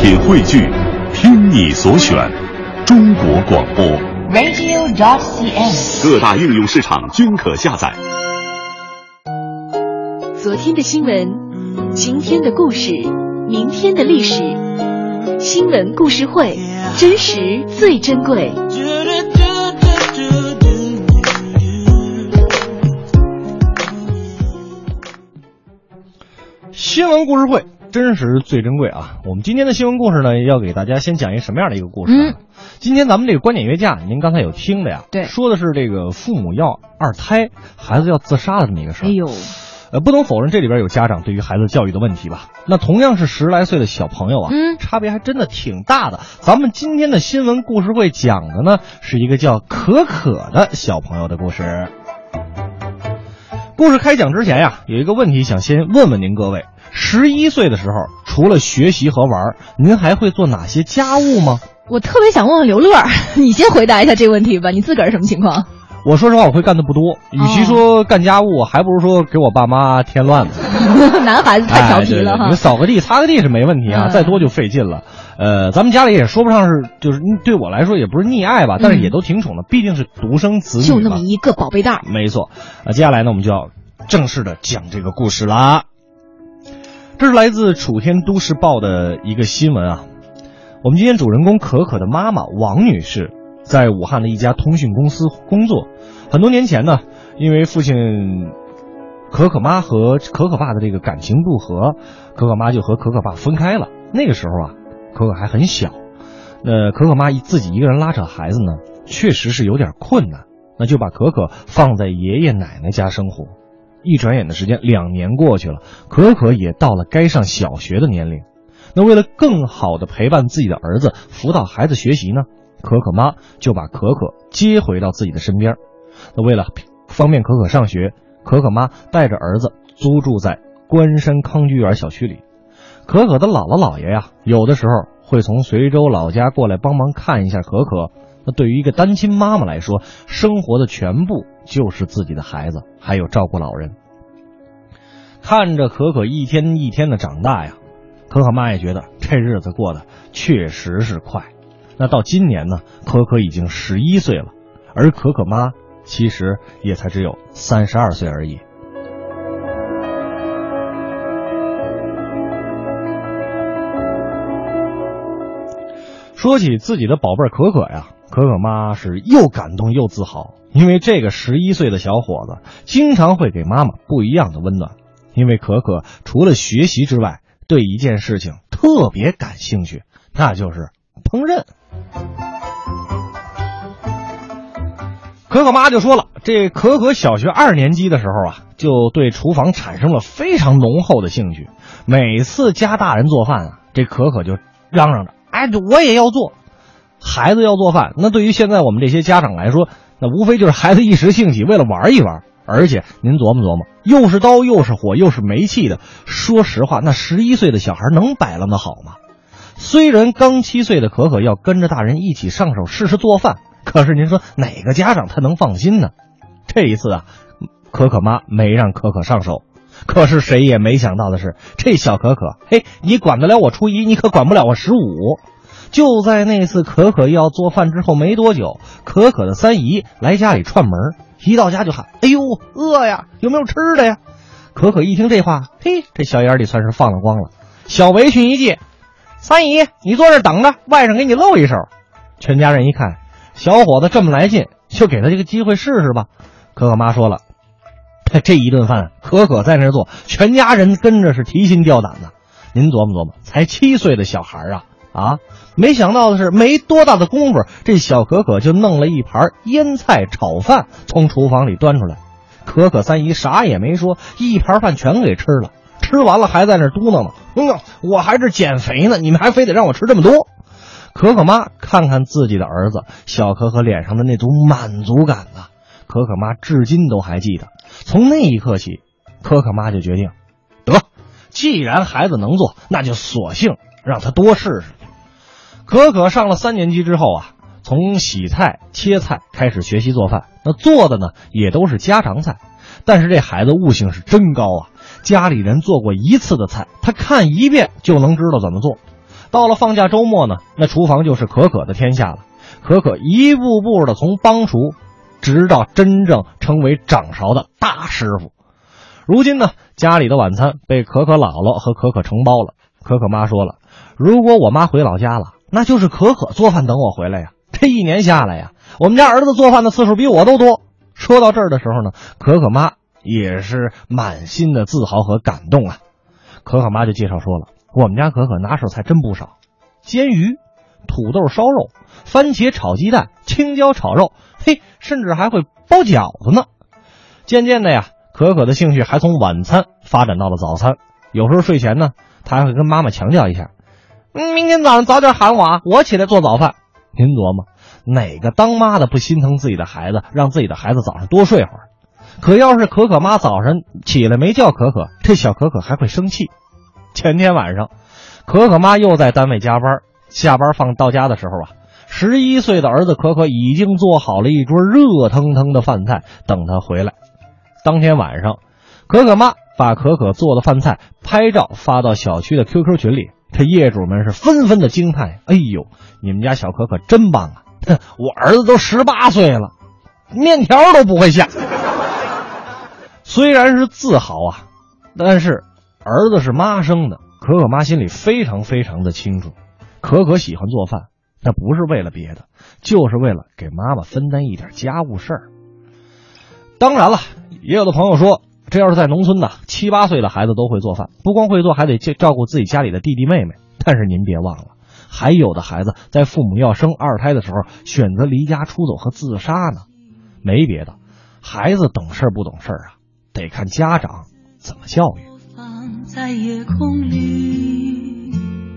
品汇聚，听你所选，中国广播 radio.cn， 各大应用市场均可下载。 昨天的新闻，今天的故事，明天的历史，新闻故事会，真实最珍贵。 新闻故事会，真实最珍贵啊！我们今天的新闻故事呢，要给大家先讲一个什么样的一个故事？今天咱们这个观点约架，您刚才有听的呀？ 对， 说的是这个父母要二胎，孩子要自杀的这么一个事儿。 哎呦， 不能否认这里边有家长对于孩子教育的问题吧？那同样是10来岁的小朋友啊，差别还真的挺大的。咱们今天的新闻故事会讲的呢，是一个叫可可的小朋友的故事。故事开讲之前呀，有一个问题想先问问您各位：11岁的时候，除了学习和玩，您还会做哪些家务吗？ 我特别想问问刘乐，你先回答一下这个问题吧。你自个儿什么情况？ 我说实话，我会干的不多，与其说干家务，还不如说给我爸妈添乱子。 男孩子太调皮了哈。 你扫个地、擦个地是没问题啊，再多就费劲了。咱们家里也说不上是，就是对我来说也不是溺爱吧，但是也都挺宠的，毕竟是独生子女， 就那么一个宝贝蛋。 没错。接下来呢，我们就要正式的讲这个故事啦。这是来自楚天都市报的一个新闻啊。我们今天主人公可可的妈妈王女士在武汉的一家通讯公司工作。很多年前呢，因为父亲可可妈和可可爸的这个感情不和，可可妈就和可可爸分开了。那个时候啊，可可还很小，可可妈自己一个人拉扯孩子呢，确实是有点困难，那就把可可放在爷爷奶奶家生活。一转眼的时间，2年过去了，可可也到了该上小学的年龄。那为了更好的陪伴自己的儿子，辅导孩子学习呢，可可妈就把可可接回到自己的身边。那为了方便可可上学，可可妈带着儿子租住在关山康居园小区里。可可的姥姥姥爷呀，有的时候会从随州老家过来帮忙看一下可可。那对于一个单亲妈妈来说，生活的全部就是自己的孩子，还有照顾老人。看着可可一天一天的长大呀，可可妈也觉得这日子过得确实是快。那到今年呢，可可已经11岁了，而可可妈其实也才只有32岁而已。说起自己的宝贝可可呀，可可妈是又感动又自豪，因为这个11岁的小伙子经常会给妈妈不一样的温暖。因为可可除了学习之外，对一件事情特别感兴趣，那就是烹饪。可可妈就说了，这可可小学2年级的时候啊，就对厨房产生了非常浓厚的兴趣。每次家大人做饭啊，这可可就嚷嚷着，哎，我也要做。孩子要做饭，那对于现在我们这些家长来说，那无非就是孩子一时兴起，为了玩一玩。而且您琢磨琢磨，又是刀又是火又是煤气的，说实话，那11岁的小孩能摆烂的好吗？虽然刚7岁的可可要跟着大人一起上手试试做饭，可是您说哪个家长他能放心呢？这一次啊，可可妈没让可可上手，可是谁也没想到的是，这小可可，嘿，你管得了我初1，你可管不了我15。就在那次可可要做饭之后没多久，可可的3姨来家里串门，一到家就喊，哎呦，饿呀，有没有吃的呀？可可一听这话，嘿，这小眼里算是放了光了，小围裙一系，3姨你坐这等着，外甥给你露一手。全家人一看小伙子这么来劲，就给他这个机会试试吧。可可妈说了，这一顿饭可可在那做，全家人跟着是提心吊胆的。您琢磨琢磨，才7岁的小孩啊，没想到的是，没多大的功夫，这小可可就弄了一盘腌菜炒饭从厨房里端出来。可可3姨啥也没说，一盘饭全给吃了。吃完了还在那嘟囔呢，我还是减肥呢，你们还非得让我吃这么多。可可妈看看自己的儿子，小可可脸上的那种满足感呢，可可妈至今都还记得。从那一刻起，可可妈就决定，得，既然孩子能做，那就索性让他多试试。可可上了3年级之后啊，从洗菜切菜开始学习做饭，那做的呢也都是家常菜。但是这孩子悟性是真高啊，家里人做过1次的菜，他看1遍就能知道怎么做。 到了放假周末呢，那厨房就是可可的天下了。可可一步步的从帮厨，直到真正成为掌勺的大师傅。如今呢，家里的晚餐被可可姥姥和可可承包了。可可妈说了，如果我妈回老家了，那就是可可做饭等我回来呀。这一年下来呀，我们家儿子做饭的次数比我都多。说到这儿的时候呢，可可妈也是满心的自豪和感动啊。可可妈就介绍说了，我们家可可拿手菜真不少，煎鱼、土豆烧肉、番茄炒鸡蛋、青椒炒肉，嘿，甚至还会包饺子呢。渐渐的呀，可可的兴趣还从晚餐发展到了早餐。有时候睡前呢，他还会跟妈妈强调一下，明天早上早点喊我啊，我起来做早饭。您琢磨，哪个当妈的不心疼自己的孩子，让自己的孩子早上多睡会儿？可要是可可妈早上起来没叫可可，这小可可还会生气。前天晚上，可可妈又在单位加班，下班到家的时候啊，11岁的儿子可可已经做好了一桌热腾腾的饭菜等他回来。当天晚上，可可妈把可可做的饭菜拍照发到小区的 QQ 群里，这业主们是纷纷的惊叹，哎呦，你们家小可可真棒啊，我儿子都18岁了，面条都不会下。虽然是自豪啊，但是儿子是妈生的，可可妈心里非常非常的清楚，可可喜欢做饭，那不是为了别的，就是为了给妈妈分担一点家务事儿。当然了，也有的朋友说，这要是在农村呢，7、8岁的孩子都会做饭，不光会做，还得照顾自己家里的弟弟妹妹。但是您别忘了，还有的孩子在父母要生2胎的时候选择离家出走和自杀呢。没别的，孩子懂事不懂事啊，得看家长怎么教育。 放在夜空里，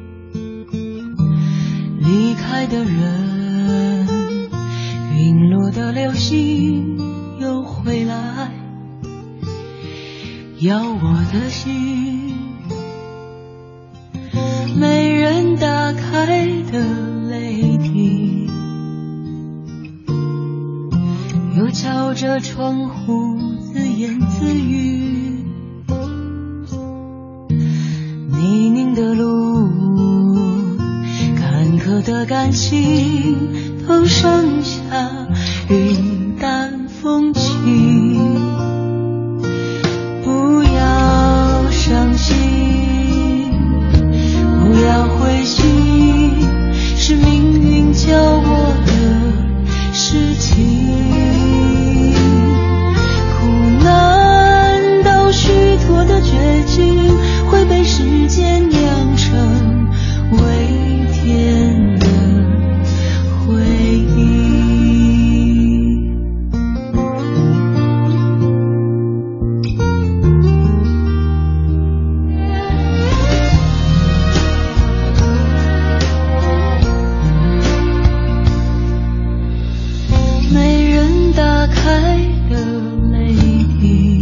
离开的人，陨落的流星又回来，要我的心，没人打开的泪滴，又敲着窗户自言自语，泥泞的路，坎坷的感情，都剩下云淡风轻。不要伤心，不要灰心，是命运教我的事情。苦难到虚脱的绝境，会被时间酿成微甜的回忆。没人打开的泪滴，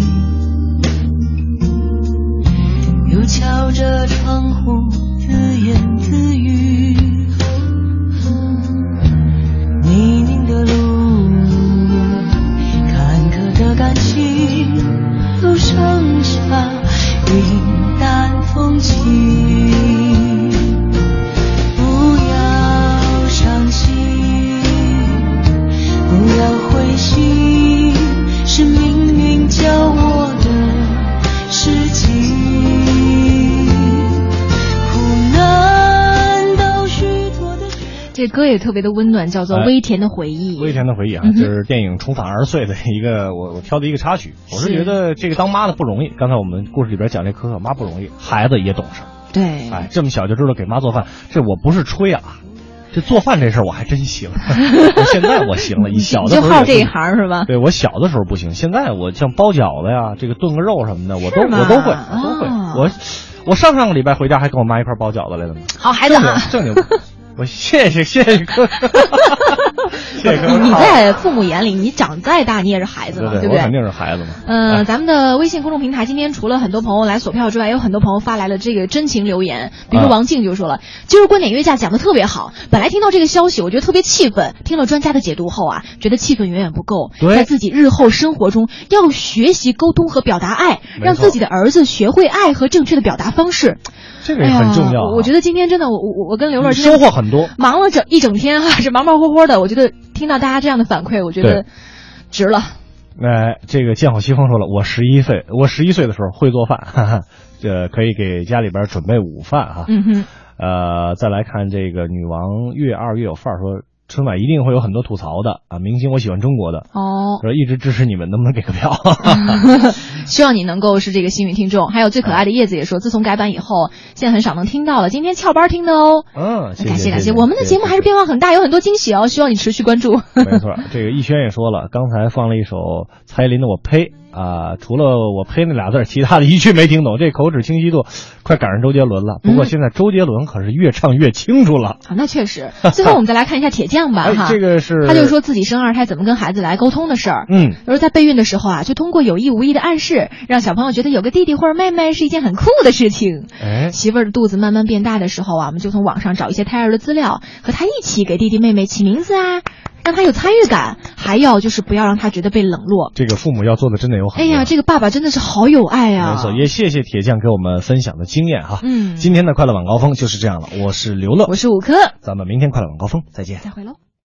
又敲着窗户自言自语，泥泞的路，坎坷的感情，都剩下云淡风轻。不要伤心，不要灰心，是命运教我的事情。 这歌也特别的温暖，叫做《微甜的回忆》。 微甜的回忆啊，这是电影《重返20岁》的一个我挑的一个插曲。我是觉得这个当妈的不容易，刚才我们故事里边讲这可可妈不容易，孩子也懂事。 对， 哎，这么小就知道给妈做饭，这我不是吹啊，这做饭这事儿我还真行。现在我行了，一小的时候就好这一行是吧？ 对，我小的时候不行，现在我像包饺子呀，这个炖个肉什么的，我都会。我上个礼拜回家还跟我妈一块包饺子来了呢。 好孩子啊， 正经。我谢谢哥哥。 你在父母眼里，你长再大你也是孩子嘛，对不对？ 我肯定是孩子嘛。 咱们的微信公众平台今天除了很多朋友来索票之外，也有很多朋友发来了这个真情留言。比如说王静就说了，今日观点约架讲得特别好，本来听到这个消息我觉得特别气愤，听了专家的解读后啊，觉得气愤远远不够，在自己日后生活中要学习沟通和表达爱，让自己的儿子学会爱和正确的表达方式。 这个也很重要。 我觉得今天真的，我跟刘乐收获很多， 忙了一整天哈，是忙忙活活的。我觉得听到大家这样的反馈，我觉得值了。 这个见好西风说了，我11岁的时候会做饭，哈哈，这可以给家里边准备午饭哈。再来看这个女王越二越有范儿说。春晚一定会有很多吐槽的啊！明星我喜欢中国的说一直支持你们，能不能给个票？ 希望你能够是这个幸运听众。还有最可爱的叶子也说，自从改版以后，现在很少能听到了，今天翘班听的哦。感谢，我们的节目还是变化很大，有很多惊喜哦，希望你持续关注。 没错，这个逸轩也说了，刚才放了一首蔡依林的《我呸》除了我呸那俩字，其他的一句没听懂。这口齿清晰度快赶上周杰伦了。不过现在周杰伦可是越唱越清楚了那确实。最后我们再来看一下铁匠吧这个是他就说自己生二胎怎么跟孩子来沟通的事儿。就是在备孕的时候啊，就通过有意无意的暗示，让小朋友觉得有个弟弟或者妹妹是一件很酷的事情。媳妇儿的肚子慢慢变大的时候啊，我们就从网上找一些胎儿的资料，和他一起给弟弟妹妹起名字啊，让他有参与感，还要就是不要让他觉得被冷落。 这个父母要做的真的有很多。 哎呀，这个爸爸真的是好有爱啊！ 没错，也谢谢铁匠给我们分享的经验哈。今天的快乐晚高峰就是这样了，我是刘乐， 我是5科， 咱们明天快乐晚高峰再见， 再会喽。